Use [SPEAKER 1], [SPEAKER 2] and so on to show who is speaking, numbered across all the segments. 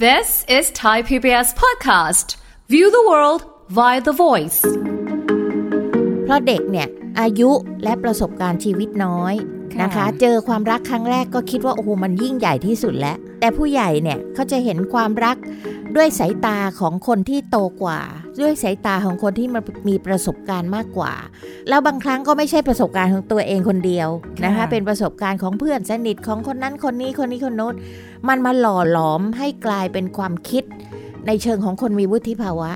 [SPEAKER 1] This is Thai PBS podcast. View the world via the voice.
[SPEAKER 2] เพราะเด็กเนี่ยอายุและประสบการณ์ชีวิตน้อยนะคะเจอความรักครั้งแรกก็คิดว่าโอ้โหมันยิ่งใหญ่ที่สุดแล้วแต่ผู้ใหญ่เนี่ยเขาจะเห็นความรักด้วยสายตาของคนที่โตกว่าด้วยสายตาของคนที่มีประสบการณ์มากกว่าแล้วบางครั้งก็ไม่ใช่ประสบการณ์ของตัวเองคนเดียวนะคะเป็นประสบการณ์ของเพื่อนสนิทของคนนั้นคนนี้คนนี้คนโน้นมันมาหล่อหลอมให้กลายเป็นความคิดในเชิงของคนมีวุฒิภาวะ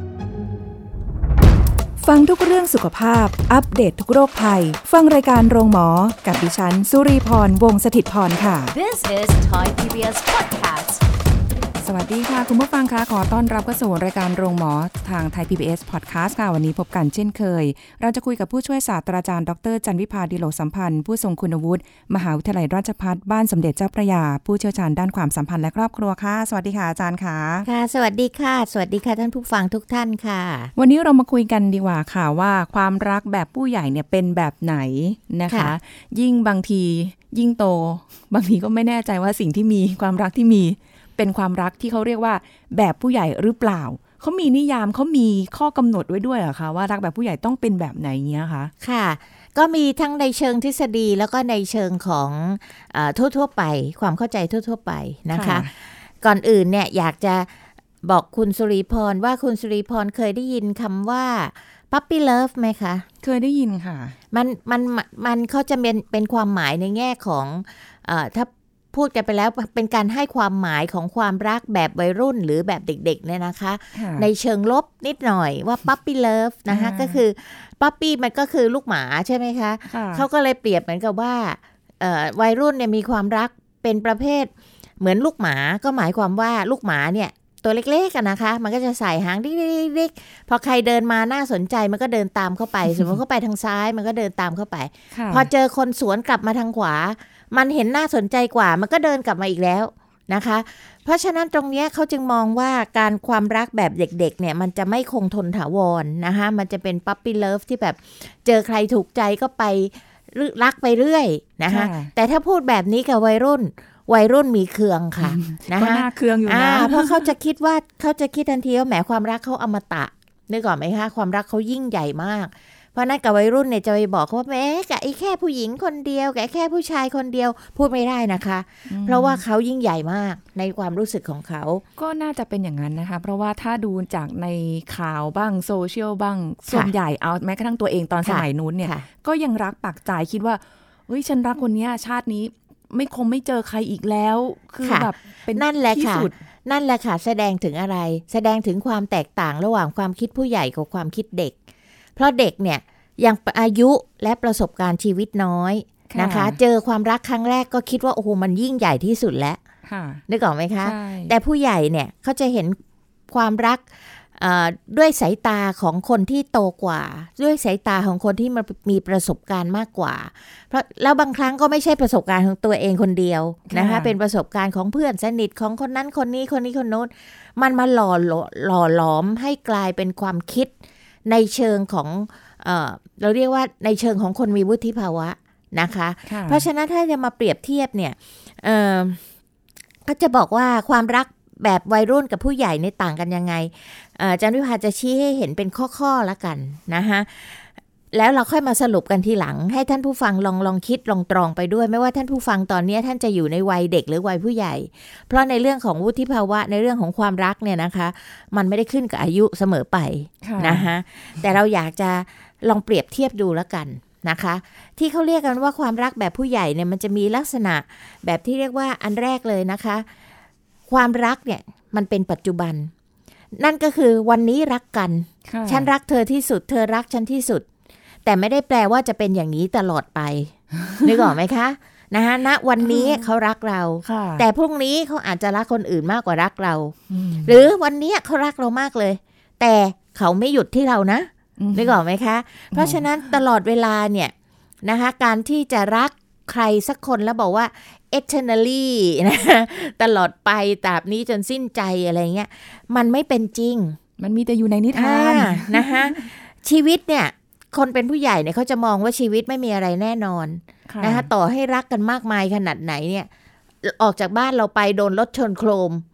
[SPEAKER 3] ฟังทุกเรื่องสุขภาพอัปเดต ทุกโรคภัยฟังรายการโรงหมอกับดิฉันสุรีพรวงศ์สถิตพรค่ะ
[SPEAKER 1] This is Thai PBS podcast.
[SPEAKER 3] สวัสดีค่ะคุณผู้ฟังคะขอต้อนรับเข้าสู่รายการโรงหมอทางไทย PBS Podcast ค่ะวันนี้พบกันเช่นเคยเราจะคุยกับผู้ช่วยศาสตราจารย์ดร.จันวิภาดิโลกสัมพันธ์ผู้ทรงคุณวุฒิมหาวิทยาลัยราชภัฏบ้านสมเด็จเจ้าพระยาผู้เชี่ยวชาญด้านความสัมพันธ์และครอบครัวค่ะสวัสดีค่ะอาจารย์ค่ะ
[SPEAKER 2] ค่ะสวัสดีค่ะสวัสดีค่ะท่านผู้ฟังทุกท่านค่ะ
[SPEAKER 3] วันนี้เรามาคุยกันดีกว่าค่ะว่าความรักแบบผู้ใหญ่เนี่ยเป็นแบบไหนนะคะยิ่งบางทียิ่งโตบางทีก็ไม่แน่ใจว่าสิ่งที่มีความรักที่มีเป็นความรักที่เขาเรียกว่าแบบผู้ใหญ่หรือเปล่าเขามีนิยามเขามีข้อกำหนดไว้ด้วยเหรอคะว่ารักแบบผู้ใหญ่ต้องเป็นแบบไหนเงี้ยคะ
[SPEAKER 2] ค่ะก็มีทั้งในเชิงทฤษฎีแล้วก็ในเชิงของทั่วๆไปความเข้าใจทั่วๆไปนะคะก่อนอื่นเนี่ยอยากจะบอกคุณสุริพรว่าคุณสุริพรเคยได้ยินคำว่า puppy love ไหมคะ
[SPEAKER 3] เคยได้ยินค่ะ
[SPEAKER 2] มันเขาจะเป็นความหมายในแง่ของถ้าพูดกันไปแล้วเป็นการให้ความหมายของความรักแบบวัยรุ่นหรือแบบเด็กๆเนี่ยนะคะในเชิงลบนิดหน่อยว่า puppy love นะคะก็คือ puppy มันก็คือลูกหมาใช่ไหมคะเขาก็เลยเปรียบเหมือนกับว่าวัยรุ่นเนี่ยมีความรักเป็นประเภทเหมือนลูกหมาก็หมายความว่าลูกหมาเนี่ยตัวเล็กๆกันนะคะมันก็จะใส่หางดิ๊กๆๆพอใครเดินมาน่าสนใจมันก็เดินตามเข้าไปสมมติเข้าไปทางซ้ายมันก็เดินตามเข้าไปพอเจอคนสวนกลับมาทางขวามันเห็นน่าสนใจกว่ามันก็เดินกลับมาอีกแล้วนะคะเพราะฉะนั้นตรงนี้เขาจึงมองว่าการความรักแบบเด็กๆเนี่ยมันจะไม่คงทนถาวรนะคะมันจะเป็น puppy love ที่แบบเจอใครถูกใจก็ไปรักไปเรื่อยนะคะแต่ถ้าพูดแบบนี้กับวัยรุ่นมีเคืองค่ะนะคะ
[SPEAKER 3] ก็น่าเคืองอยู่นะ
[SPEAKER 2] เพราะเขาจะคิดทันทีว่าแหมความรักเขาอมตะนึกออกไหมคะความรักเขายิ่งใหญ่มากเพราะนั้นกับวัยรุ่นเนี่ยจะไปบอกว่าแม้กับไอ้แค่ผู้หญิงคนเดียวแค่ผู้ชายคนเดียวพูดไม่ได้นะคะเพราะว่าเขายิ่งใหญ่มากในความรู้สึกของเขา
[SPEAKER 3] ก็น่าจะเป็นอย่างนั้นนะคะเพราะว่าถ้าดูจากในข่าวบ้างโซเชียลบ้างส่วนใหญ่เอาแม้กระทั่งตัวเองตอนสมัยนู้นเนี่ยก็ยังรักปักใจคิดว่าเฮ้ยฉันรักคนนี้ชาตินี้ไม่เจอใครอีกแล้วคือแบบเป็นที่สุด
[SPEAKER 2] นั่นแหละค่ะแสดงถึงอะไรแสดงถึงความแตกต่างระหว่างความคิดผู้ใหญ่กับความคิดเด็กเพราะเด็กเนี่ยยังอายุและประสบการณ์ชีวิตน้อยนะคะเจอความรักครั้งแรกก็คิดว่าโอ้โหมันยิ่งใหญ่ที่สุดแล้วนึกออกไหมคะแต่ผู้ใหญ่เนี่ยเขาจะเห็นความรักด้วยสายตาของคนที่โตกว่าด้วยสายตาของคนที่มีประสบการณ์มากกว่าเพราะแล้วบางครั้งก็ไม่ใช่ประสบการณ์ของตัวเองคนเดียวนะคะเป็นประสบการณ์ของเพื่อนสนิทของคนนั้นคนนี้คนนี้คนโน้นมันมาหล่อหลอมให้กลายเป็นความคิดในเชิงของเราเรียกว่าในเชิงของคนมีวุฒิภาวะนะคะเพราะฉะนั้นถ้าจะมาเปรียบเทียบเนี่ยก็จะบอกว่าความรักแบบวัยรุ่นกับผู้ใหญ่ในต่างกันยังไงอาจารย์วิภาจะชี้ให้เห็นเป็นข้อๆละกันนะคะแล้วเราค่อยมาสรุปกันทีหลังให้ท่านผู้ฟังลองคิดลองตรองไปด้วยไม่ว่าท่านผู้ฟังตอนนี้ท่านจะอยู่ในวัยเด็กหรือวัยผู้ใหญ่เพราะในเรื่องของวุฒิภาวะในเรื่องของความรักเนี่ยนะคะมันไม่ได้ขึ้นกับอายุเสมอไปนะคะแต่เราอยากจะลองเปรียบเทียบดูแล้วกันนะคะที่เขาเรียกกันว่าความรักแบบผู้ใหญ่เนี่ยมันจะมีลักษณะแบบที่เรียกว่าอันแรกเลยนะคะความรักเนี่ยมันเป็นปัจจุบันนั่นก็คือวันนี้รักกันฉันรักเธอที่สุดเธอรักฉันที่สุดแต่ไม่ได้แปลว่าจะเป็นอย่างนี้ตลอดไป นึกออกไหมคะนะคะณวันนี้เขารักเราแต่พรุ่งนี้เขาอาจจะรักคนอื่นมากกว่ารักเราหรือวันนี้เขารักเรามากเลยแต่เขาไม่หยุดที่เรานะนึกออกไหมคะเพราะฉะนั้นตลอดเวลาเนี่ยนะคะการที่จะรักใครสักคนแล้วบอกว่า eternally นะตลอดไปตราบนี้จนสิ้นใจอะไรเงี้ยมันไม่เป็นจริง
[SPEAKER 3] มันมีแต่อยู่ในนิทาน
[SPEAKER 2] นะคะชีวิตเนี่ยคนเป็นผู้ใหญ่เนี่ยเขาจะมองว่าชีวิตไม่มีอะไรแน่นอนนะคะต่อให้รักกันมากมายขนาดไหนเนี่ยออกจากบ้านเราไปโดนรถชนโครม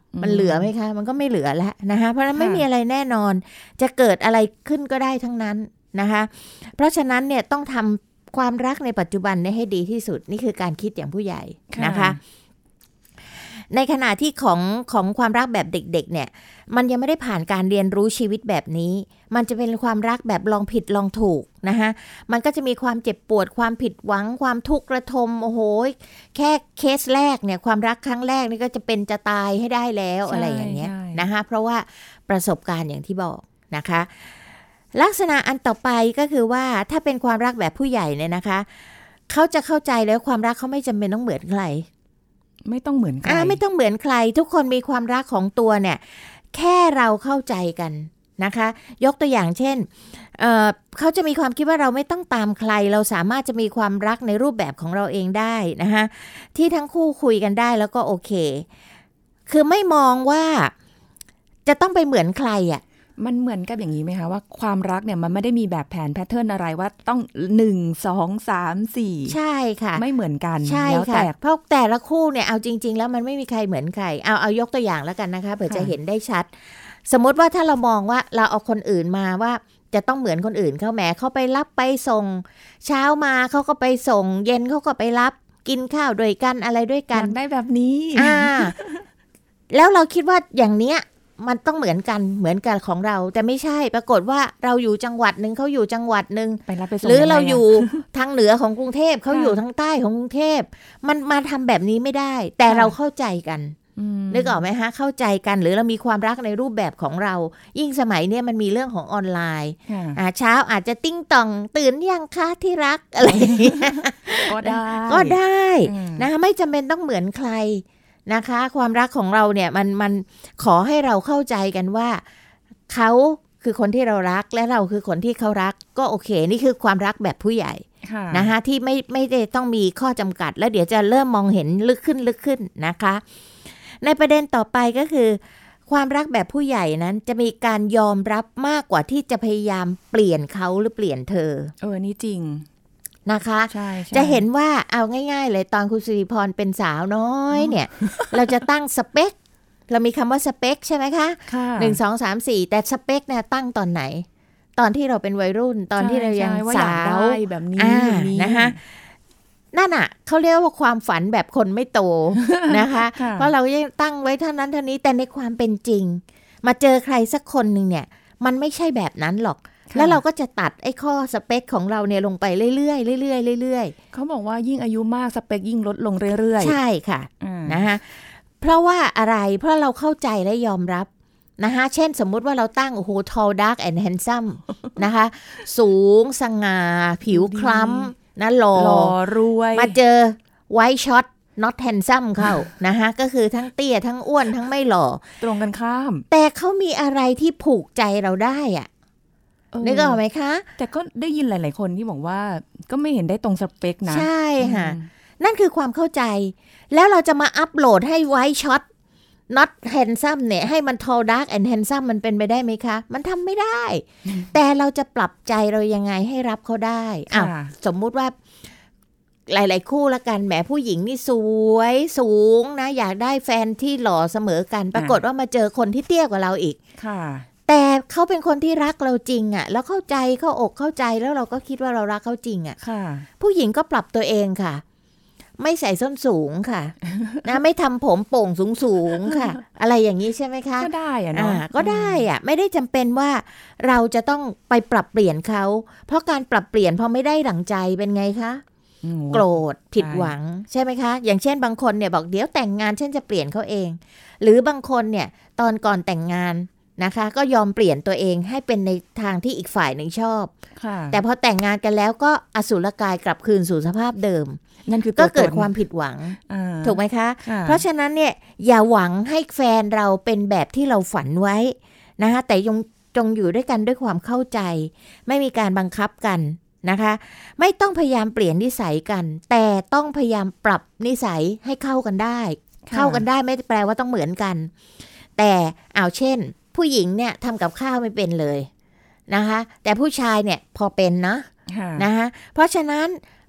[SPEAKER 2] มันเหลือไหมคะมันก็ไม่เหลือแล้วนะคะเพราะฉะนั้นไม่มีอะไรแน่นอนจะเกิดอะไรขึ้นก็ได้ทั้งนั้นนะคะเพราะฉะนั้นเนี่ยต้องทำความรักในปัจจุบันเนี่ยให้ดีที่สุดนี่คือการคิดอย่างผู้ใหญ่นะคะในขณะที่ของความรักแบบเด็กๆเนี่ยมันยังไม่ได้ผ่านการเรียนรู้ชีวิตแบบนี้มันจะเป็นความรักแบบลองผิดลองถูกนะคะมันก็จะมีความเจ็บปวดความผิดหวังความทุกข์ระทมโอ้โหแค่เคสแรกเนี่ยความรักครั้งแรกนี่ก็จะเป็นจะตายให้ได้แล้วอะไรอย่างเงี้ยนะคะเพราะว่าประสบการณ์อย่างที่บอกนะคะลักษณะอันต่อไปก็คือว่าถ้าเป็นความรักแบบผู้ใหญ่เนี่ยนะคะเขาจะเข้าใจแล้วความรักเขาไม่จำเป็นต้องเหมือนใคร
[SPEAKER 3] ไม่ต้องเหมือนใคร
[SPEAKER 2] ไม่ต้องเหมือนใครทุกคนมีความรักของตัวเนี่ยแค่เราเข้าใจกันนะคะยกตัวอย่างเช่น เขาจะมีความคิดว่าเราไม่ต้องตามใครเราสามารถจะมีความรักในรูปแบบของเราเองได้นะคะที่ทั้งคู่คุยกันได้แล้วก็โอเคคือไม่มองว่าจะต้องไปเหมือนใครอ่ะ
[SPEAKER 3] มันเหมือนกับอย่างนี้ไหมคะว่าความรักเนี่ยมันไม่ได้มีแบบแผนแพทเทิร์นอะไรว่าต้อง1 2 3 4
[SPEAKER 2] ใช่ค่ะ
[SPEAKER 3] ไม่เหมือนกัน
[SPEAKER 2] ใช่ค่ะเพราะแต่ละคู่เนี่ยเอาจริงๆแล้วมันไม่มีใครเหมือนใครเอายกตัวอย่างแล้วกันนะคะเผื่อจะเห็นได้ชัดสมมติว่าถ้าเรามองว่าเราเอาคนอื่นมาว่าจะต้องเหมือนคนอื่นเขาแหมเขาไปรับไปส่งเช้ามาเขาก็ไปส่งเย็นเขาก็ไปรับกินข้าวด้วยกันอะไรด้วยกัน
[SPEAKER 3] ได้แบบนี้
[SPEAKER 2] แล้วเราคิดว่าอย่างเนี้ยมันต้องเหมือนกันของเราแต่ไม่ใช่ปรากฏว่าเราอยู่จังหวัดนึงเขาอยู่จังหวัดนึง
[SPEAKER 3] ไปรับไปส่ง
[SPEAKER 2] หรือเราอยู่ทางเหนือของกรุงเทพเขาอยู่ทางใต้ของกรุงเทพมันมาทำแบบนี้ไม่ได้แต่เราเข้าใจกันนึกออกไหมฮะเข้าใจกันหรือเรามีความรักในรูปแบบของเรายิ่งสมัยนี้มันมีเรื่องของออนไลน์เช้าอาจจะติ้งต่องตื่นยังคะที่รักอะไรก็ได้นะคะไม่จำเป็นต้องเหมือนใครนะคะความรักของเราเนี่ยมันขอให้เราเข้าใจกันว่าเขาคือคนที่เรารักและเราคือคนที่เขารักก็โอเคนี่คือความรักแบบผู้ใหญ่นะคะที่ไม่ได้ต้องมีข้อจำกัดแล้วเดี๋ยวจะเริ่มมองเห็นลึกขึ้นนะคะในประเด็นต่อไปก็คือความรักแบบผู้ใหญ่นั้นจะมีการยอมรับมากกว่าที่จะพยายามเปลี่ยนเขาหรือเปลี่ยนเธอ
[SPEAKER 3] นี่จริง
[SPEAKER 2] นะคะจะเห็นว่าเอาง่ายๆเลยตอนคุณสิริพรเป็นสาวน้อยเนี่ย เราจะตั้งสเปคเรามีคำว่าสเปคใช่ไหมคะ1 2 3 4แต่สเปคเนี่ยตั้งตอนไหนตอนที่เราเป็นวัยรุ่นตอนที่เรายังสาว
[SPEAKER 3] แบบนี้
[SPEAKER 2] นะคะนั่นอ่ะเขาเรียกว่าความฝันแบบคนไม่โตนะคะเพราะเรายังตั้งไว้เท่านั้นเท่านี้แต่ในความเป็นจริงมาเจอใครสักคนนึงเนี่ยมันไม่ใช่แบบนั้นหรอกแล้วเราก็จะตัดไอ้ข้อสเปคของเราเนี่ยลงไปเรื่อยๆเรื่อยๆเรื่อย
[SPEAKER 3] ๆเขาบอกว่ายิ่งอายุมากสเปคยิ่งลดลงเรื่อย
[SPEAKER 2] ๆใช่ค่ะนะคะเพราะว่าอะไรเพราะเราเข้าใจและยอมรับนะคะเช่นสมมุติว่าเราตั้งtall dark and handsome นะคะสูงสง่าผิวคล้ำนะหล่อ
[SPEAKER 3] รวย
[SPEAKER 2] มาเจอ white shot not handsome เข้านะคะก็คือทั้งเตี้ยทั้งอ้วนทั้งไม่หล่อ
[SPEAKER 3] ตรงกันข้าม
[SPEAKER 2] แต่เขามีอะไรที่ผูกใจเราได้อ่ะนึกออกไหมคะ
[SPEAKER 3] แต่ก็ได้ยินหลายๆคนที่บอกว่าก็ไม่เห็นได้ตรงสเปคนะ
[SPEAKER 2] ใช่ค่ะนั่นคือความเข้าใจแล้วเราจะมาอัปโหลดให้ไว้ช็อต not handsome เนี่ยให้มัน tall dark and handsome มันเป็นไปได้ไหมคะมันทำไม่ได้แต่เราจะปรับใจเรายังไงให้รับเขาได้สมมุติว่าหลายๆคู่ละกันแหมผู้หญิงนี่สวยสูงนะอยากได้แฟนที่หล่อเสมอกันปรากฏว่ามาเจอคนที่เตี้ยกว่าเราอีกแต่เขาเป็นคนที่รักเราจริงอ่ะแล้วเข้าใจเข้าอกเข้าใจแล้วเราก็คิดว่าเรารักเขาจริงอ่ะผู้หญิงก็ปรับตัวเองค่ะไม่ใส่ส้นสูงค่ะ นะไม่ทำผมโป่งสูงค่ะอะไรอย่างนี้ใช่ไหมคะ
[SPEAKER 3] ก็ได้อ่ะเนาะ
[SPEAKER 2] ก็ได้อ่ะไม่ได้จำเป็นว่าเราจะต้องไปปรับเปลี่ยนเขาเพราะการปรับเปลี่ยนพอไม่ได้ดั่งใจเป็นไงคะโกรธผิดหวังใช่ไหมคะอย่างเช่นบางคนเนี่ยบอกเดี๋ยวแต่งงานฉันจะเปลี่ยนเขาเองหรือบางคนเนี่ยตอนก่อนแต่งงานนะคะก็ยอมเปลี่ยนตัวเองให้เป็นในทางที่อีกฝ่ายหนึ่งชอบแต่พอแต่งงานกันแล้วก็อสุรกายกลับคืนสู่สภาพเดิม
[SPEAKER 3] นั่นคือ
[SPEAKER 2] ก็เกิดความผิดหวังถูกไหมคะเพราะฉะนั้นเนี่ยอย่าหวังให้แฟนเราเป็นแบบที่เราฝันไว้นะคะแต่จงอยู่ด้วยกันด้วยความเข้าใจไม่มีการบังคับกันนะคะไม่ต้องพยายามเปลี่ยนนิสัยกันแต่ต้องพยายามปรับนิสัยให้เข้ากันได้ไม่แปลว่าต้องเหมือนกันแต่เช่นผู้หญิงเนี่ยทำกับข้าวไม่เป็นเลยนะคะแต่ผู้ชายเนี่ยพอเป็นนะคะเพราะฉะนั้น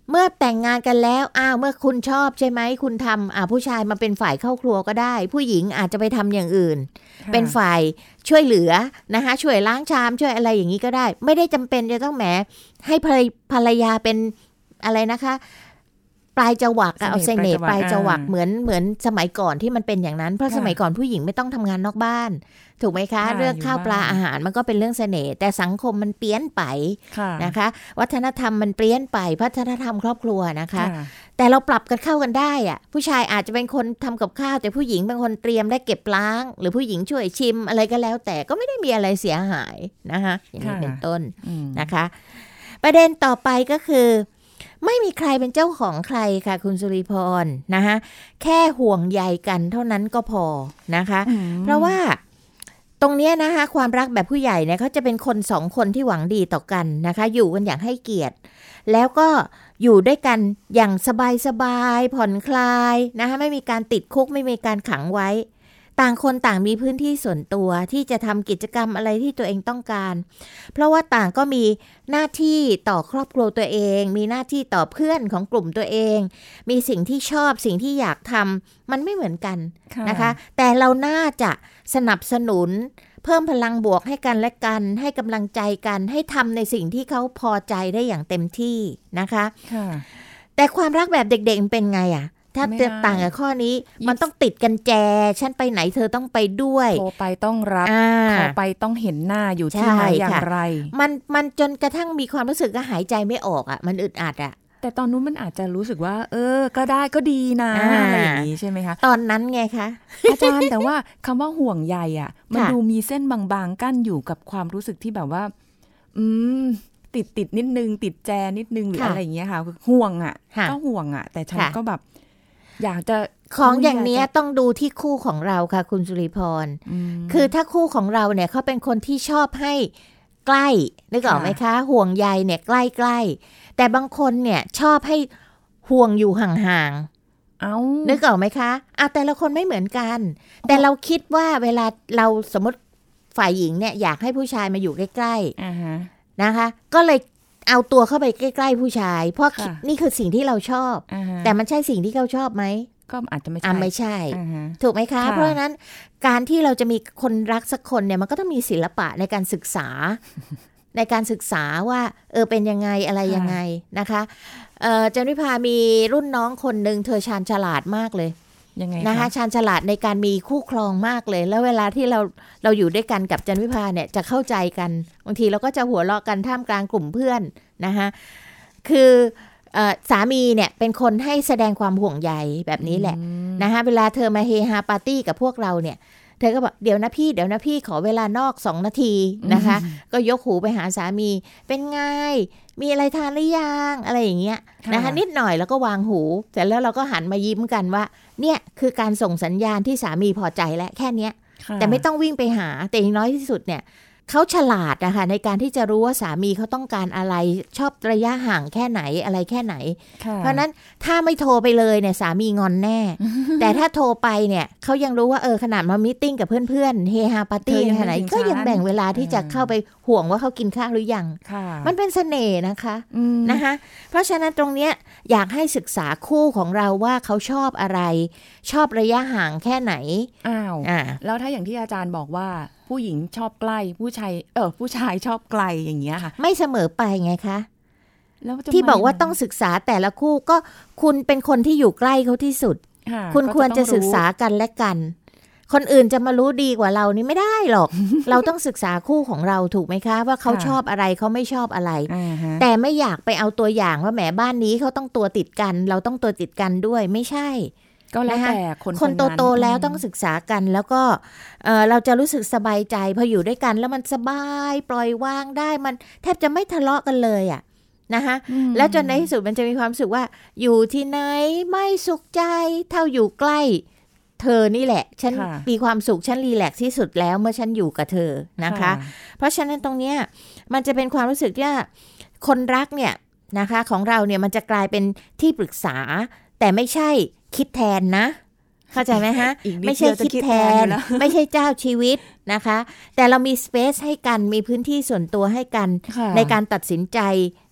[SPEAKER 2] เมื่อแต่งงานกันแล้วเมื่อคุณชอบใช่ไหมคุณทำผู้ชายมาเป็นฝ่ายเข้าครัวก็ได้ผู้หญิงอาจจะไปทำอย่างอื่นเป็นฝ่ายช่วยเหลือนะคะช่วยล้างชามช่วยอะไรอย่างนี้ก็ได้ไม่ได้จำเป็นจะต้องแหมให้ภรรยาเป็นอะไรนะคะปลายจวักเอาเสน่ห์ปลายจวักเหมือนสมัยก่อนที่มันเป็นอย่างนั้นเพราะสมัยก่อนผู้หญิงไม่ต้องทำงานนอกบ้านถูกไหมคะเรื่องข้าวปลาอาหารมันก็เป็นเรื่องเสน่ห์แต่สังคมมันเปลี่ยนไปนะคะวัฒนธรรมมันเปลี่ยนไปวัฒนธรรมครอบครัวนะคะแต่เราปรับกันเข้ากันได้อะผู้ชายอาจจะเป็นคนทำกับข้าวแต่ผู้หญิงเป็นคนเตรียมและเก็บล้างหรือผู้หญิงช่วยชิมอะไรก็แล้วแต่ก็ไม่ได้มีอะไรเสียหายนะคะอย่างนี้เป็นต้นนะคะประเด็นต่อไปก็คือไม่มีใครเป็นเจ้าของใครค่ะคุณสุริพรนะคะแค่ห่วงใยกันเท่านั้นก็พอนะคะเพราะว่าตรงนี้นะคะความรักแบบผู้ใหญ่เนี่ยเขาจะเป็นคนสองคนที่หวังดีต่อกันนะคะอยู่กันอย่างให้เกียรติแล้วก็อยู่ด้วยกันอย่างสบายๆผ่อนคลายนะคะไม่มีการติดคุกไม่มีการขังไว้ต่างคนต่างมีพื้นที่ส่วนตัวที่จะทำกิจกรรมอะไรที่ตัวเองต้องการเพราะว่าต่างก็มีหน้าที่ต่อครอบครัวตัวเองมีหน้าที่ต่อเพื่อนของกลุ่มตัวเองมีสิ่งที่ชอบสิ่งที่อยากทำมันไม่เหมือนกันนะคะแต่เราน่าจะสนับสนุนเพิ่มพลังบวกให้กันและกันให้กำลังใจกันให้ทำในสิ่งที่เขาพอใจได้อย่างเต็มที่นะคะแต่ความรักแบบเด็กๆเป็นไงอ่ะถ้าต่างกับข้อนี้มันต้องติดกันแจฉันไปไหนเธอต้องไปด้วย
[SPEAKER 3] โทรไปต้องรับขอไปต้องเห็นหน้าอยู่ที่ไหนอย่างไร
[SPEAKER 2] มันจนกระทั่งมีความรู้สึกก็หายใจไม่ออกอ่ะมันอึดอัดอ่ะ
[SPEAKER 3] แต่ตอนนู้นมันอาจจะรู้สึกว่าก็ได้ก็ดีนะอะไรอย่างนี้ใช่ไหมคะ
[SPEAKER 2] ตอนนั้นไงคะ
[SPEAKER 3] อาจารย์แต่ว่าคำว่าห่วงใยอ่ะมันดูมีเส้นบางๆกั้นอยู่กับความรู้สึกที่แบบว่าติดนิดนึงติดแจนิดนึงหรืออะไรอย่างเงี้ยค่ะห่วงอ่ะก็ห่วงอ่ะแต่ฉันก็แบบอยากจะ
[SPEAKER 2] ของอย่างนี้ต้องดูที่คู่ของเราค่ะคุณสุริพรคือถ้าคู่ของเราเนี่ยเขาเป็นคนที่ชอบให้ใกล้นึกออกไหมคะห่วงใยเนี่ยใกล้ๆแต่บางคนเนี่ยชอบให้ห่วงอยู่ห่างๆนึกออกไหมคะแต่ละคนไม่เหมือนกันแต่เราคิดว่าเวลาเราสมมติฝ่ายหญิงเนี่ยอยากให้ผู้ชายมาอยู่ใกล้ๆนะคะก็เลยเอาตัวเข้าไปใกล้ๆผู้ชายเพราะนี่คือสิ่งที่เราชอบแต่มันใช่สิ่งที่เขาชอบไหม
[SPEAKER 3] ก็อาจจะไม่ใช่
[SPEAKER 2] ไม่ใช่ถูกไหมคะเพราะฉะนั้นการที่เราจะมีคนรักสักคนเนี่ยมันก็ต้องมีศิลปะในการศึกษา ในการศึกษาว่าเป็นยังไงอะไรยังไงนะคะจันวิภามีรุ่นน้องคนนึงเธอชาญฉลาดมากเลย
[SPEAKER 3] ยังไง
[SPEAKER 2] นะคะชาญฉลาดในการมีคู่ครองมากเลยแล้วเวลาที่เราอยู่ด้วยกันกับจันวิภาเนี่ยจะเข้าใจกันบางทีเราก็จะหัวเราะกันท่ามกลางกลุ่มเพื่อนนะคะคือสามีเนี่ยเป็นคนให้แสดงความห่วงใยแบบนี้แหละนะคะเวลาเธอมาเฮฮาปาร์ตี้กับพวกเราเนี่ยเธอก็บอกเดี๋ยวนะพี่ขอเวลานอก2 นาทีนะคะก็ยกหูไปหาสามีเป็นไงมีอะไรทานหรือยังอะไรอย่างเงี้ยนะคะนิดหน่อยแล้วก็วางหูเสร็จแล้วเราก็หันมายิ้มกันว่าเนี่ยคือการส่งสัญญาณที่สามีพอใจแล้วแค่เนี้ยแต่ไม่ต้องวิ่งไปหาแต่อย่างน้อยที่สุดเนี่ยเขาฉลาดนะคะในการที่จะรู้ว่าสามีเขาต้องการอะไรชอบระยะห่างแค่ไหนอะไรแค่ไหนเพราะนั้นถ้าไม่โทรไปเลยเนี่ยสามีงอนแน่ แต่ถ้าโทรไปเนี่ยเขายังรู้ว่าขนาดมามีตติ้งกับเพื่อนๆเฮฮาปาร์ตี้ขนาดไหนก็ยังแบ่งเวลาที่จะเข้าไปห่วงว่าเขากินข้าวหรือยังมันเป็นเสน่ห์นะคะเพราะฉะนั้นตรงเนี้ยอยากให้ศึกษาคู่ของเราว่าเขาชอบอะไรชอบระยะห่างแค่ไหน
[SPEAKER 3] แล้วถ้าอย่างที่อาจารย์บอกว่าผู้หญิงชอบใกล้ผู้ชายชอบไกลอย่างเงี้ยค่ะ
[SPEAKER 2] ไม่เสมอไปไงคะที่บอกว่าต้องศึกษาแต่ละคู่ก็คุณเป็นคนที่อยู่ใกล้เขาที่สุดคุณควรจะศึกษากันและกันคนอื่นจะมารู้ดีกว่าเรานี่ไม่ได้หรอก เราต้องศึกษาคู่ของเราถูกไหมคะว่าเขาชอบอะไรเขาไม่ชอบอะไรแต่ไม่อยากไปเอาตัวอย่างว่าแหมบ้านนี้เขาต้องตัวติดกันเราต้องตัวติดกันด้วยไม่ใช่
[SPEAKER 3] ก็แล้วแต่
[SPEAKER 2] คนโตๆแล้วต้องศึกษากันแล้วก็เราจะรู้สึกสบายใจพออยู่ด้วยกันแล้วมันสบายปล่อยวางได้มันแทบจะไม่ทะเลาะกันเลยอ่ะนะคะแล้วจนในที่สุดมันจะมีความรู้สึกว่าอยู่ที่ไหนไม่สุขใจเท่าอยู่ใกล้เธอนี่แหละฉันมีความสุขฉันรีแลกซ์ที่สุดแล้วเมื่อฉันอยู่กับเธอนะคะเพราะฉะนั้นตรงเนี้ยมันจะเป็นความรู้สึกว่าคนรักเนี่ยนะคะของเราเนี่ยมันจะกลายเป็นที่ปรึกษาแต่ไม่ใช่คิดแทนนะเข้าใจไหมฮะ ไม่ใช่คิดแทนไม่ใช่เจ้าชีวิตนะคะแต่เรามีสเปซให้กันมีพื้นที่ส่วนตัวให้กันในการตัดสินใจ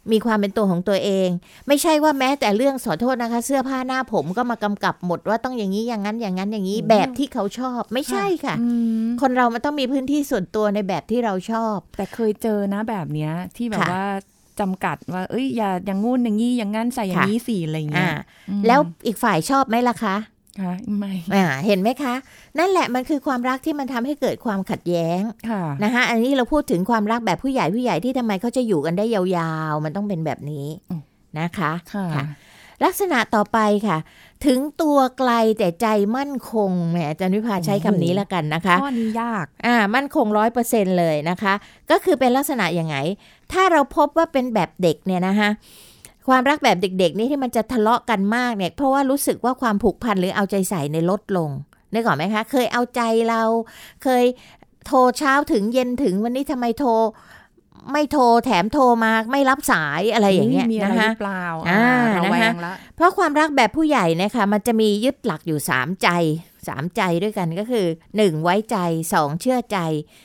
[SPEAKER 2] มีความเป็นตัวของตัวเองไม่ใช่ว่าแม้แต่เรื่องขอโทษนะคะเสื้อผ้าหน้าผมก็มากำกับหมดว่าต้องอย่างนี้อย่างนั้นอย่างนั้นอย่างนี้แบบที่เขาชอบไม่ใช่ค่ะคนเรามันต้องมีพื้นที่ส่วนตัวในแบบที่เราชอบ
[SPEAKER 3] แต่เคยเจอนะแบบเนี้ยที่แบบว่าจำกัดว่าเอ้ยอย่าอย่างงู้นอย่างนี้อย่างงั้นใส่อย่างนี้สิอะไรอย่างเงี้ย
[SPEAKER 2] แล้วอีกฝ่ายชอบไหมล่ะคะ
[SPEAKER 3] ไม่
[SPEAKER 2] เห็นไหมคะนั่นแหละมันคือความรักที่มันทำให้เกิดความขัดแย้งนะคะอันนี้เราพูดถึงความรักแบบผู้ใหญ่ที่ทำไมเขาจะอยู่กันได้ยาวๆมันต้องเป็นแบบนี้นะคะลักษณะต่อไปค่ะถึงตัวไกลแต่ใจมั่นคงแหมอาจารย์วิภาใช้คำนี้แล้วกันนะคะ
[SPEAKER 3] ข้อนี้ยาก
[SPEAKER 2] มั่นคง 100% เลยนะคะก็คือเป็นลักษณะอย่างไงถ้าเราพบว่าเป็นแบบเด็กเนี่ยนะคะความรักแบบเด็กๆนี่ที่มันจะทะเลาะกันมากเนี่ยเพราะว่ารู้สึกว่าความผูกพันหรือเอาใจใส่ในลดลงนึกออกไหมคะเคยเอาใจเราเคยโทรเช้าถึงเย็นถึงวันนี้ทำไมโทรไม่โทรแถมโทรมาไม่รับสายอะไรอย่างเงี้ยนะคะ
[SPEAKER 3] เปล่า
[SPEAKER 2] ระแวงละเพราะความรักแบบผู้ใหญ่นะคะมันจะมียึดหลักอยู่3ใจด้วยกันก็คือ1ไว้ใจ2เชื่อใจ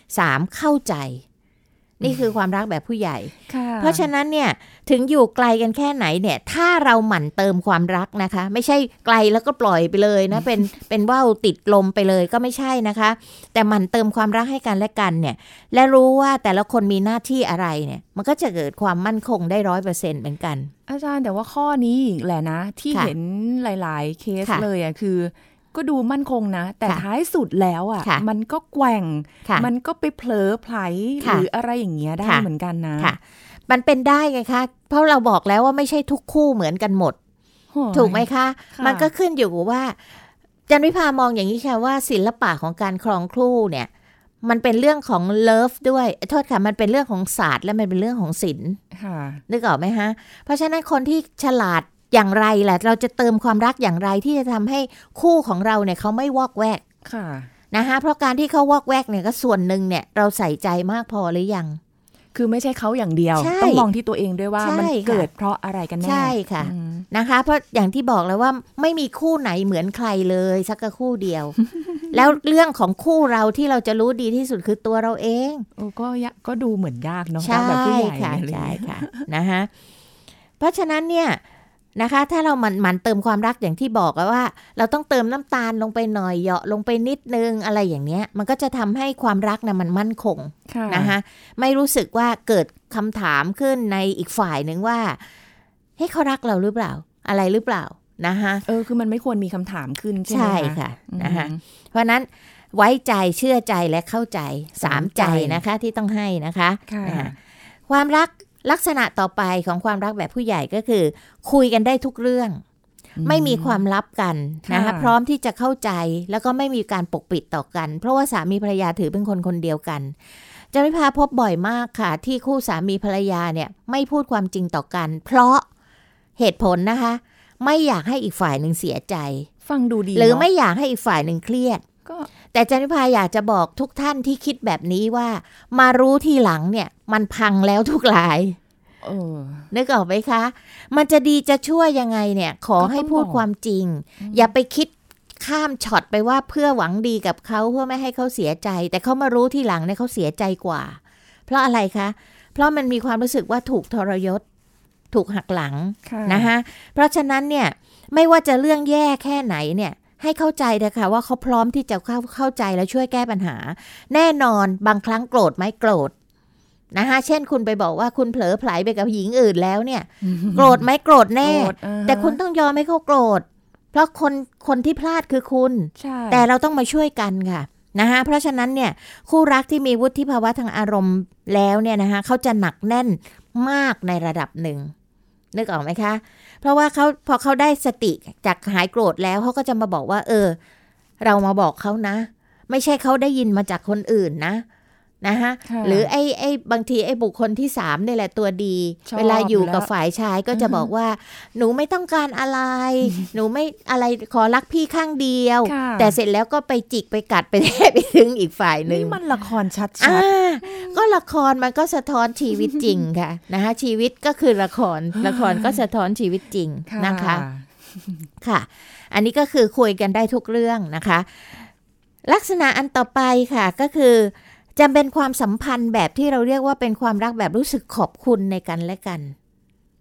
[SPEAKER 2] 3เข้าใจนี่คือความรักแบบผู้ใหญ่เพราะฉะนั้นเนี่ยถึงอยู่ไกลกันแค่ไหนเนี่ยถ้าเราหมั่นเติมความรักนะคะไม่ใช่ไกลแล้วก็ปล่อยไปเลยนะเป็นว่าวติดลมไปเลยก็ไม่ใช่นะคะแต่หมั่นเติมความรักให้กันและกันเนี่ยและรู้ว่าแต่ละคนมีหน้าที่อะไรเนี่ยมันก็จะเกิดความมั่นคงได้ 100% เหมือนกัน
[SPEAKER 3] อาจารย์แต่ว่าข้อนี้แหละนะที่เห็นหลายๆเคสเลยอ่ะคือก็ดูมั่นคงนะแต่ท้ายสุดแล้วอ่ะมันก็แกว่งมันก็ไปเผลอไผลหรืออะไรอย่างเงี้ยได้เหมือนกันนะ
[SPEAKER 2] มันเป็นได้ไงคะเพราะเราบอกแล้วว่าไม่ใช่ทุกคู่เหมือนกันหมดถูกไหมคะมันก็ขึ้นอยู่กับว่าจันวิภามองอย่างนี้ค่ะว่าศิลปะของการครองคู่เนี่ยมันเป็นเรื่องของเลิฟด้วยโทษค่ะมันเป็นเรื่องของศาสตร์และมันเป็นเรื่องของศิลป์นึกออกไหมฮะเพราะฉะนั้นคนที่ฉลาดอย่างไรแหละเราจะเติมความรักอย่างไรที่จะทำให้คู่ของเราเนี่ยเขาไม่วอกแวกนะคะเพราะการที่เขาวอกแวกเนี่ยก็ส่วนหนึ่งเนี่ยเราใส่ใจมากพอหรือยัง
[SPEAKER 3] คือไม่ใช่เขาอย่างเดียวต้องมองที่ตัวเองด้วยว่ามันเกิดเพราะอะไรกันแน่
[SPEAKER 2] ใช่ค่ะนะคะเพราะอย่างที่บอกแล้วว่าไม่มีคู่ไหนเหมือนใครเลยสักคู่เดียว แล้วเรื่องของคู่เราที่เราจะรู้ดีที่สุดคือตัวเราเอง
[SPEAKER 3] ก็ดูเหมือนยากเนาะ
[SPEAKER 2] แบบผู้ใหญ่ใช่ค่ะนะคะเพราะฉะนั้นเนี่ยนะคะถ้าเรามันเติมความรักอย่างที่บอกว่าเราต้องเติมน้ำตาลลงไปหน่อยเหยาะลงไปนิดนึงอะไรอย่างเนี้ยมันก็จะทำให้ความรักนะมันมั่นคงนะคะไม่รู้สึกว่าเกิดคำถามขึ้นในอีกฝ่ายหนึ่งว่าให้เขารักเราหรือเปล่าอะไรหรือเปล่านะคะ
[SPEAKER 3] คือมันไม่ควรมีคำถามขึ้นใช่ไหม
[SPEAKER 2] ใช่ค่ะนะคะเพราะนั้นไว้ใจเชื่อใจและเข้าใจ3ใจนะคะที่ต้องให้นะคะความรักลักษณะต่อไปของความรักแบบผู้ใหญ่ก็คือคุยกันได้ทุกเรื่องไม่มีความลับกันนะคะพร้อมที่จะเข้าใจแล้วก็ไม่มีการปกปิดต่อกันเพราะว่าสามีภรรยาถือเป็นคนเดียวกันจันวิภาพบบ่อยมากค่ะที่คู่สามีภรรยาเนี่ยไม่พูดความจริงต่อกันเพราะเหตุผลนะคะไม่อยากให้อีกฝ่ายหนึ่งเสียใจ
[SPEAKER 3] ฟังดูดี
[SPEAKER 2] หรือไม่อยากให้อีกฝ่ายหนึ่งเครียดแต่จันวิภาอยากจะบอกทุกท่านที่คิดแบบนี้ว่ามารู้ทีหลังเนี่ยมันพังแล้วทุกรายนึกออกไหมคะมันจะดีจะชั่วยังไงเนี่ยขอให้พูดความจริงอย่าไปคิดข้ามช็อตไปว่าเพื่อหวังดีกับเขาเพื่อไม่ให้เขาเสียใจแต่เขามารู้ทีหลังเนี่ยเขาเสียใจกว่าเพราะอะไรคะเพราะมันมีความรู้สึกว่าถูกทรยศถูกหักหลังนะคะเพราะฉะนั้นเนี่ยไม่ว่าจะเรื่องแย่แค่ไหนเนี่ยให้เข้าใจนะคะว่าเขาพร้อมที่จะเข้าใจและช่วยแก้ปัญหาแน่นอนบางครั้งโกรธไหมโกรธนะคะเช่นคุณไปบอกว่าคุณเผลอไผลไปกับหญิงอื่นแล้วเนี่ยโกรธไหมโกรธแน่แต่คุณต้องยอมให้เขาโกรธเพราะคนที่พลาดคือคุณแต่เราต้องมาช่วยกันค่ะนะคะเพราะฉะนั้นเนี่ยคู่รักที่มีวุฒิภาวะทางอารมณ์แล้วเนี่ยนะคะเขาจะหนักแน่นมากในระดับหนึ่งนึกออกไหมคะเพราะว่าพอเขาได้สติจากหายโกรธแล้วเขาก็จะมาบอกว่าเรามาบอกเขานะไม่ใช่เขาได้ยินมาจากคนอื่นนะนะคะหรือไอ้บางทีไอ้บุคคลที่3นี่แหละตัวดีเวลาอยู่กับฝ่ายชายก็จะบอกว่าหนูไม่ต้องการอะไร หนูไม่อะไรขอรักพี่ข้างเดียวแต่เสร็จแล้วก็ไปจิกไปกัดไปแทะไปถึงอีกฝ่ายนึง
[SPEAKER 3] นี่มันละครชัด
[SPEAKER 2] ๆก็ละครมันก็สะท้อนชีวิตจริงค่ะนะคะชีวิตก็คือละครก็สะท้อนชีวิตจริงนะคะค่ะอันนี้ก็คือคุยกันได้ทุกเรื่องนะคะลักษณะอันต่อไปค่ะก็คือจะเป็นความสัมพันธ์แบบที่เราเรียกว่าเป็นความรักแบบรู้สึกขอบคุณในกันและกัน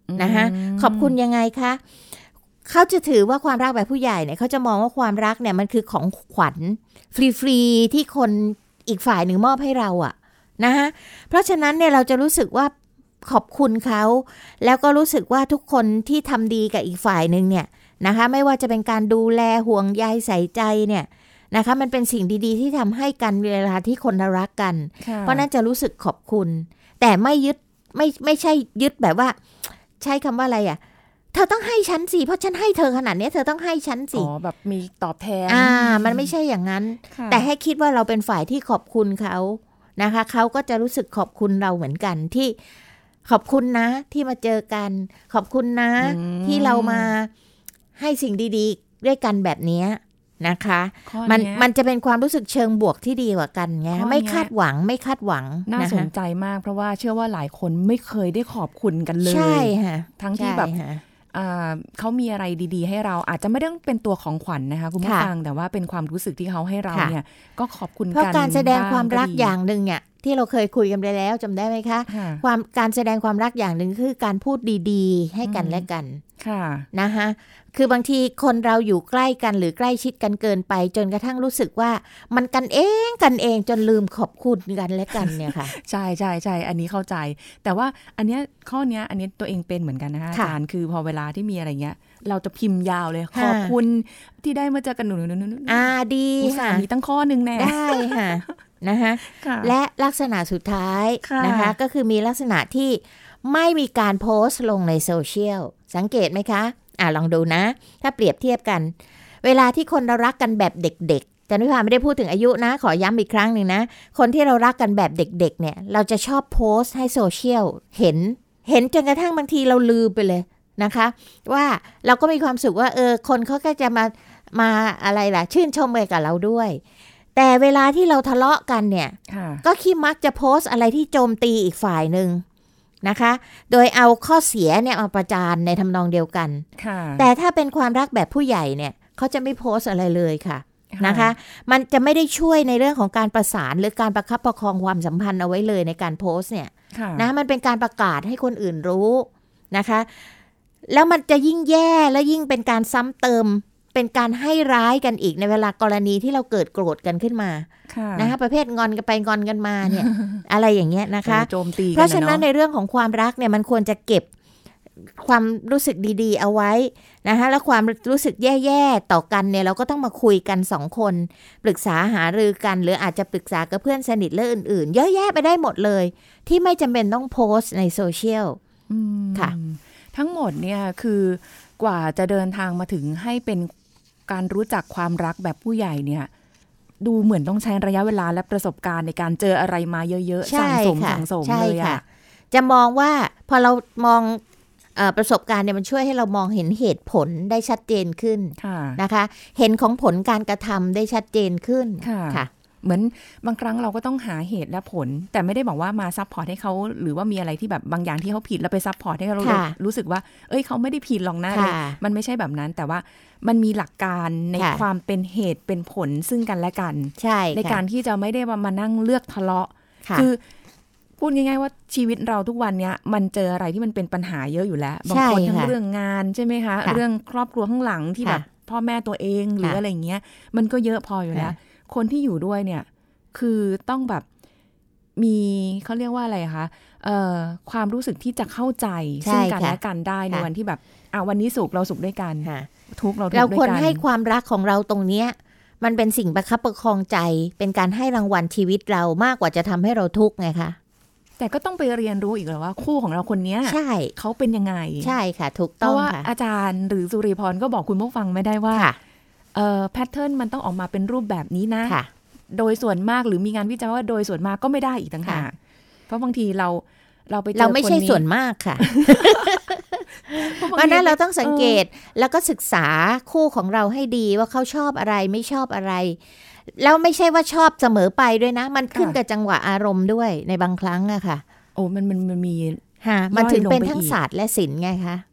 [SPEAKER 2] นะคะขอบคุณยังไงคะเขาจะถือว่าความรักแบบผู้ใหญ่เนี่ยเขาจะมองว่าความรักเนี่ยมันคือของขวัญฟรีๆที่คนอีกฝ่ายหนึ่งมอบให้เราอะนะคะเพราะฉะนั้นเนี่ยเราจะรู้สึกว่าขอบคุณเขาแล้วก็รู้สึกว่าทุกคนที่ทำดีกับอีกฝ่ายหนึ่งเนี่ยนะคะไม่ว่าจะเป็นการดูแลห่วงใยใส่ใจเนี่ยนะคะมันเป็นสิ่งดีๆที่ทำให้กันเวลาที่คนรักกันเพราะนั้นจะรู้สึกขอบคุณแต่ไม่ยึดไม่ใช่ยึดแบบว่าใช้คำว่าอะไรอ่ะเธอต้องให้ฉันสิเพราะฉันให้เธอขนาดนี้เธอต้องให้ฉันสิ
[SPEAKER 3] แบบมีตอบแทน
[SPEAKER 2] มันไม่ใช่อย่างนั้นแต่ให้คิดว่าเราเป็นฝ่ายที่ขอบคุณเขานะคะเขาก็จะรู้สึกขอบคุณเราเหมือนกันที่ขอบคุณนะที่มาเจอกันขอบคุณนะที่เรามาให้สิ่งดีๆด้วยกันแบบนี้นะคะมันจะเป็นความรู้สึกเชิงบวกที่ดีกว่ากันไงไม่คาดหวัง
[SPEAKER 3] น่าสนใจมากเพราะว่าเชื่อว่าหลายคนไม่เคยได้ขอบคุณกันเลย
[SPEAKER 2] ใช่ค่ะ
[SPEAKER 3] ทั้งที่แบบเขามีอะไรดีๆให้เราอาจจะไม่ได้เป็นตัวของขวัญ นะคะคุณผู้ฟังแต่ว่าเป็นความรู้สึกที่เขาให้เราเนี่ยก็ขอบคุณกันเพราะ
[SPEAKER 2] การแสดงความรักอย่างนึงเนี่ยที่เราเคยคุยกันไปแล้วจำได้ไหมคะการแสดงความรักอย่างนึงคือการพูดดีๆให้กันและกันนะคะคือบางทีคนเราอยู่ใกล้กันหรือใกล้ชิดกันเกินไปจนกระทั่งรู้สึกว่ามันกันเองจนลืมขอบคุณกันและกันเนี่ยค่ะ
[SPEAKER 3] ใช่ใช่ใช่อันนี้เข้าใจแต่ว่าอันเนี้ยข้อเนี้ยอันนี้ตัวเองเป็นเหมือนกันนะคะอาจารย์คือพอเวลาที่มีอะไรเงี้ยเราจะพิมพ์ยาวเลยขอบคุณที่ได้มาเจอกันหนู
[SPEAKER 2] ดีค่ะ
[SPEAKER 3] มีตั้งข้อนึงแน่
[SPEAKER 2] ได้ค่ะนะคะและลักษณะสุดท้ายนะคะก็คือมีลักษณะที่ไม่มีการโพสต์ลงในโซเชียลสังเกตไหมคะลองดูนะถ้าเปรียบเทียบกันเวลาที่คนเรารักกันแบบเด็กๆจันวิภาไม่ได้พูดถึงอายุนะขอย้ำอีกครั้งหนึ่งนะคนที่เรารักกันแบบเด็กๆเนี่ยเราจะชอบโพสต์ให้โซเชียลเห็นจนกระทั่งบางทีเราลืมไปเลยนะคะว่าเราก็มีความสุขว่าคนเขาก็จะมาอะไรล่ะชื่นชมกับเราด้วยแต่เวลาที่เราทะเลาะกันเนี่ยก็ขี้มักจะโพสต์อะไรที่โจมตีอีกฝ่ายนึงนะคะโดยเอาข้อเสียเนี่ยมาประจานในทำนองเดียวกันแต่ถ้าเป็นความรักแบบผู้ใหญ่เนี่ยเขาจะไม่โพสต์อะไรเลยค่ะนะคะมันจะไม่ได้ช่วยในเรื่องของการประสานหรือการประคับประคองความสัมพันธ์เอาไว้เลยในการโพสต์เนี่ยนะมันเป็นการประกาศให้คนอื่นรู้นะคะแล้วมันจะยิ่งแย่และยิ่งเป็นการซ้ำเติมเป็นการให้ร้ายกันอีกในเวลากรณีที่เราเกิดโกรธกันขึ้นมานะคะประเภทงอนกันไปงอนกันมาเนี่ย อะไรอย่างเงี้ยนะคะเพราะฉะนั้นในเรื่องของความรักเนี่ยมันควรจะเก็บความรู้สึกดีๆเอาไว้นะคะแล้วความรู้สึกแย่ๆต่อกันเนี่ยเราก็ต้องมาคุยกัน2คนปรึกษาหารือกันหรืออาจจะปรึกษากับเพื่อนสนิทและอื่นๆเยอะแยะไปได้หมดเลยที่ไม่จำเป็นต้องโพสต์ในโซเชียลค่ะ
[SPEAKER 3] ทั้งหมดเนี่ยคือกว่าจะเดินทางมาถึงให้เป็นการรู้จักความรักแบบผู้ใหญ่เนี่ยดูเหมือนต้องใช้ระยะเวลาและประสบการณ์ในการเจออะไรมาเยอะๆสั่งสมเลยอ่ะ
[SPEAKER 2] จะมองว่าพอเรามองประสบการณ์เนี่ยมันช่วยให้เรามองเห็นเหตุผลได้ชัดเจนขึ้นนะคะเห็นของผลการกระทำได้ชัดเจนขึ้นค่ะ
[SPEAKER 3] เหมือนบางครั้งเราก็ต้องหาเหตุและผลแต่ไม่ได้บอกว่ามาซัพพอร์ตให้เขาหรือว่ามีอะไรที่แบบบางอย่างที่เขาผิดแล้วไปซัพพอร์ตให้เขารู้สึกว่าเขาไม่ได้ผิดหรอกนะเลยมันไม่ใช่แบบนั้นแต่ว่ามันมีหลักการในความเป็นเหตุเป็นผลซึ่งกันและกันในการที่จะไม่ได้มานั่งเลือกทะเลาะคือพูดง่ายๆว่าชีวิตเราทุกวันเนี้ยมันเจออะไรที่มันเป็นปัญหาเยอะอยู่แล้วบางคนทั้งเรื่องงานใช่ไหมคะเรื่องครอบครัวข้างหลังที่แบบพ่อแม่ตัวเองหรืออะไรเงี้ยมันก็เยอะพออยู่แล้วคนที่อยู่ด้วยเนี่ยคือต้องแบบมีเขาเรียกว่าอะไรคะความรู้สึกที่จะเข้าใจซึ่งกันและกันได้ในวันที่แบบวันนี้สุขเราสุขด้วยกันทุกเราทุกด้วยกัน
[SPEAKER 2] เราควรให้ความรักของเราตรงเนี้ยมันเป็นสิ่งประคับประคองใจเป็นการให้รางวัลชีวิตเรามากกว่าจะทำให้เราทุกข์ไงคะ
[SPEAKER 3] แต่ก็ต้องไปเรียนรู้อีกแล้วว่าคู่ของเราคนนี้เขาเป็นยังไง
[SPEAKER 2] ใช่ค่ะถูกต้อง
[SPEAKER 3] ค่ะเพราะว่าอาจารย์หรือสุริพรก็บอกคุณผู้ฟังไม่ได้ว่าแพทเทิร์นมันต้องออกมาเป็นรูปแบบนี้นะโดยส่วนมากหรือมีงานวิจัยว่าโดยส่วนมากก็ไม่ได้อีกต่างหากเพราะบางทีเราไปเจอคนนี้เรา
[SPEAKER 2] ไม่ใช่ส่วนมากค่ะเพราะนั้นเราต้องสังเกตแล้วก็ศึกษาคู่ของเราให้ดีว่าเขาชอบอะไรไม่ชอบอะไรแล้วไม่ใช่ว่าชอบเสมอไปด้วยนะมันขึ้นกับจังหวะอารมณ์ด้วยในบางครั้งอะค่ะ
[SPEAKER 3] โอ้มันมี
[SPEAKER 2] มันถึงเป็นทั้งศาสตร์และศิลป์ไงคะ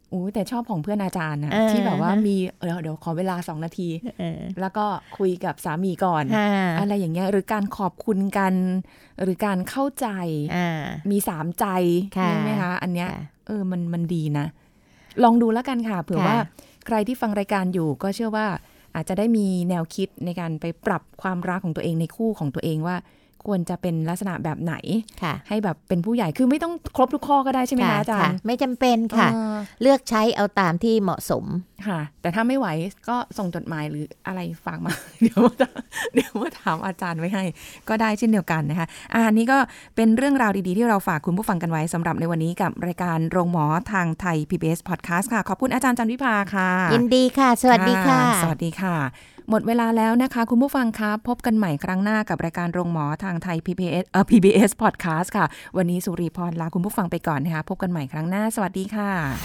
[SPEAKER 3] แต่ชอบของเพื่อนอาจารย์นะที่แบบว่ามีเดี๋ยวขอเวลา2 นาทีแล้วก็คุยกับสามีก่อนอะไรอย่างเงี้ยหรือการขอบคุณกันหรือการเข้าใจมี3ใจใช่ไหมคะอันเนี้ยมันดีนะลองดูแล้วกันค่ะเผื่อว่าใครที่ฟังรายการอยู่ก็เชื่อว่าอาจจะได้มีแนวคิดในการไปปรับความรักของตัวเองในคู่ของตัวเองว่าควรจะเป็นลักษณะแบบไหนให้แบบเป็นผู้ใหญ่คือไม่ต้องครบทุกข้อก็ได้ใช่ไหมคะอาจารย์
[SPEAKER 2] ไม่จำเป็นค่ะเลือกใช้เอาตามที่เหมาะสม
[SPEAKER 3] ค่ะแต่ถ้าไม่ไหวก็ส่งจดหมายหรืออะไรฝากมา เดี๋ยวว่าถามอาจารย์ไว้ให้ก็ได้เช่นเดียวกันนะคะอันนี้ก็เป็นเรื่องราวดีๆที่เราฝากคุณผู้ฟังกันไว้สำหรับในวันนี้กับรายการโรงหมอทางไทย PBS Podcast ค่ะขอบคุณอาจารย์จันวิภาค่ะ
[SPEAKER 2] ยินดีค่ะสวัสดีค่ะ
[SPEAKER 3] สวัสดีค่ะหมดเวลาแล้วนะคะคุณผู้ฟังคะพบกันใหม่ครั้งหน้ากับรายการโรงหมอทางไทย PBS Podcast ค่ะวันนี้สุรีพรลาคุณผู้ฟังไปก่อนนะคะพบกันใหม่ครั้งหน้าสวัสดีค่ะ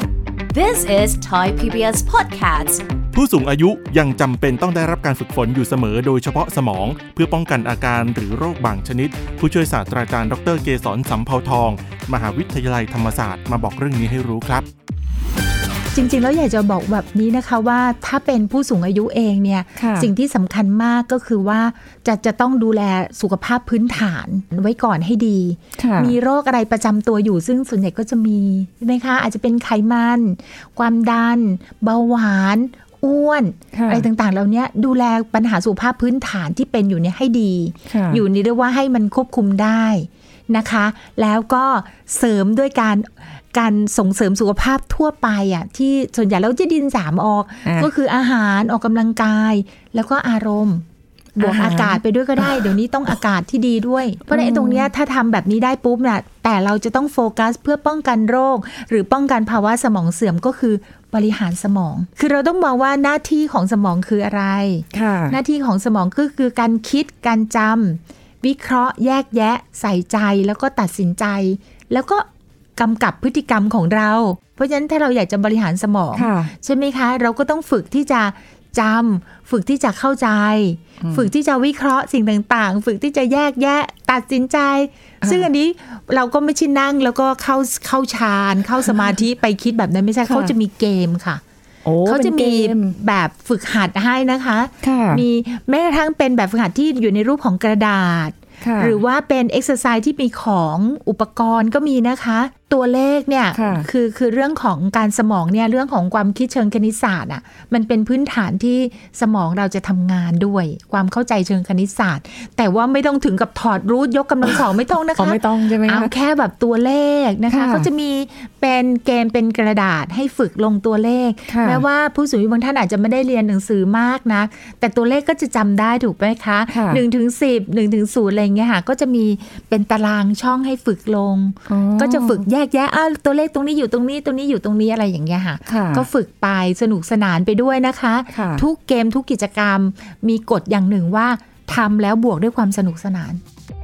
[SPEAKER 1] This is Thai PBS Podcast
[SPEAKER 4] ผู้สูงอายุยังจำเป็นต้องได้รับการฝึกฝนอยู่เสมอโดยเฉพาะสมองเพื่อป้องกันอาการหรือโรคบางชนิดผู้ช่วยศาสตราจารย์ดร.เกษร สำเภาทองมหาวิทยาลัยธรรมศาสตร์มาบอกเรื่องนี้ให้รู้ครับ
[SPEAKER 5] จริงๆแล้วอยากจะบอกแบบนี้นะคะว่าถ้าเป็นผู้สูงอายุเองเนี่ยสิ่งที่สำคัญมากก็คือว่าจะต้องดูแลสุขภาพพื้นฐานไว้ก่อนให้ดีมีโรคอะไรประจำตัวอยู่ซึ่งส่วนใหญ่ก็จะมีใช่ไหมคะอาจจะเป็นไขมันความดันเบาหวานอ้วนอะไรต่างๆเหล่านี้ดูแลปัญหาสุขภาพพื้นฐานที่เป็นอยู่เนี่ยให้ดีอยู่นี่เรียกว่าให้มันควบคุมได้นะคะแล้วก็เสริมด้วยการส่งเสริมสุขภาพทั่วไปที่ส่วนใหญ่แล้วจะดิน3ออกก็คืออาหารออกกำลังกายแล้วก็อารมณ์บวกอากาศไปด้วยก็ได้เดี๋ยวนี้ต้องอากาศที่ดีด้วยเพราะในตรงนี้ถ้าทำแบบนี้ได้ปุ๊บเนี่ยแต่เราจะต้องโฟกัสเพื่อป้องกันโรคหรือป้องกันภาวะสมองเสื่อมก็คือบริหารสมองคือเราต้องมองว่าหน้าที่ของสมองคืออะไรหน้าที่ของสมองก็คือการคิดการจำวิเคราะห์แยกแยะใส่ใจแล้วก็ตัดสินใจแล้วก็กำกับพฤติกรรมของเราเพราะฉะนั้นถ้าเราอยากจะบริหารสมองใช่ไหมคะเราก็ต้องฝึกที่จะจำฝึกที่จะเข้าใจฝึกที่จะวิเคราะห์สิ่งต่างๆฝึกที่จะแยกแยะตัดสินใจซึ่งอันนี้เราก็ไม่ใช่นั่งแล้วก็เข้าฌานเข้าสมาธิไปคิดแบบนั้นไม่ใช่เขาจะมีเกมค่ะเขาจะมีแบบฝึกหัดให้นะคะมีแม้กระทั่งเป็นแบบฝึกหัดที่อยู่ในรูปของกระดาษหรือว่าเป็นเอ็กซ์ไซส์ที่มีของอุปกรณ์ก็มีนะคะตัวเลขเนี่ยคือเรื่องของการสมองเนี่ยเรื่องของความคิดเชิงคณิตศาสตร์มันเป็นพื้นฐานที่สมองเราจะทำงานด้วยความเข้าใจเชิงคณิตศาสตร์แต่ว่าไม่ต้องถึงกับถอดรูทยกกำลังสองไม่ต้องนะคะ
[SPEAKER 3] ไม่ต้องใช่ไหม
[SPEAKER 5] เอาแค่แบบตัวเลขนะคะเขาจะมีเป็นเกมเป็นกระดาษให้ฝึกลงตัวเลขแม้ว่าผู้สูงอายุบางท่านอาจจะไม่ได้เรียนหนังสือมากนะแต่ตัวเลขก็จะจำได้ถูกไหมคะ1 ถึง 10 1 ถึง 0อะไรอย่างเงี้ยค่ะก็จะมีเป็นตารางช่องให้ฝึกลงก็จะฝึกแยกแยะตัวเลขตรงนี้อยู่ตรงนี้ตรงนี้อยู่ตรงนี้อะไรอย่างเงี้ยค่ะก็ฝึกไปสนุกสนานไปด้วยนะคะทุกเกมทุกกิจกรรมมีกฎอย่างหนึ่งว่าทำแล้วบวกด้วยความสนุกสนาน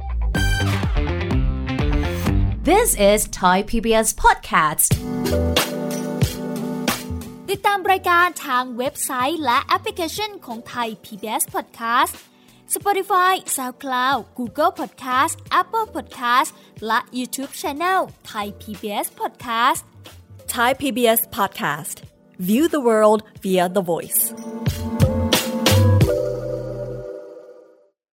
[SPEAKER 1] This is Thai PBS Podcast
[SPEAKER 6] ติดตามรายการทางเว็บไซต์และแอปพลิเคชันของ Thai PBS Podcast Spotify, SoundCloud, Google Podcast, Apple Podcast และ YouTube Channel Thai PBS Podcast
[SPEAKER 7] Thai PBS Podcast View the world via the voice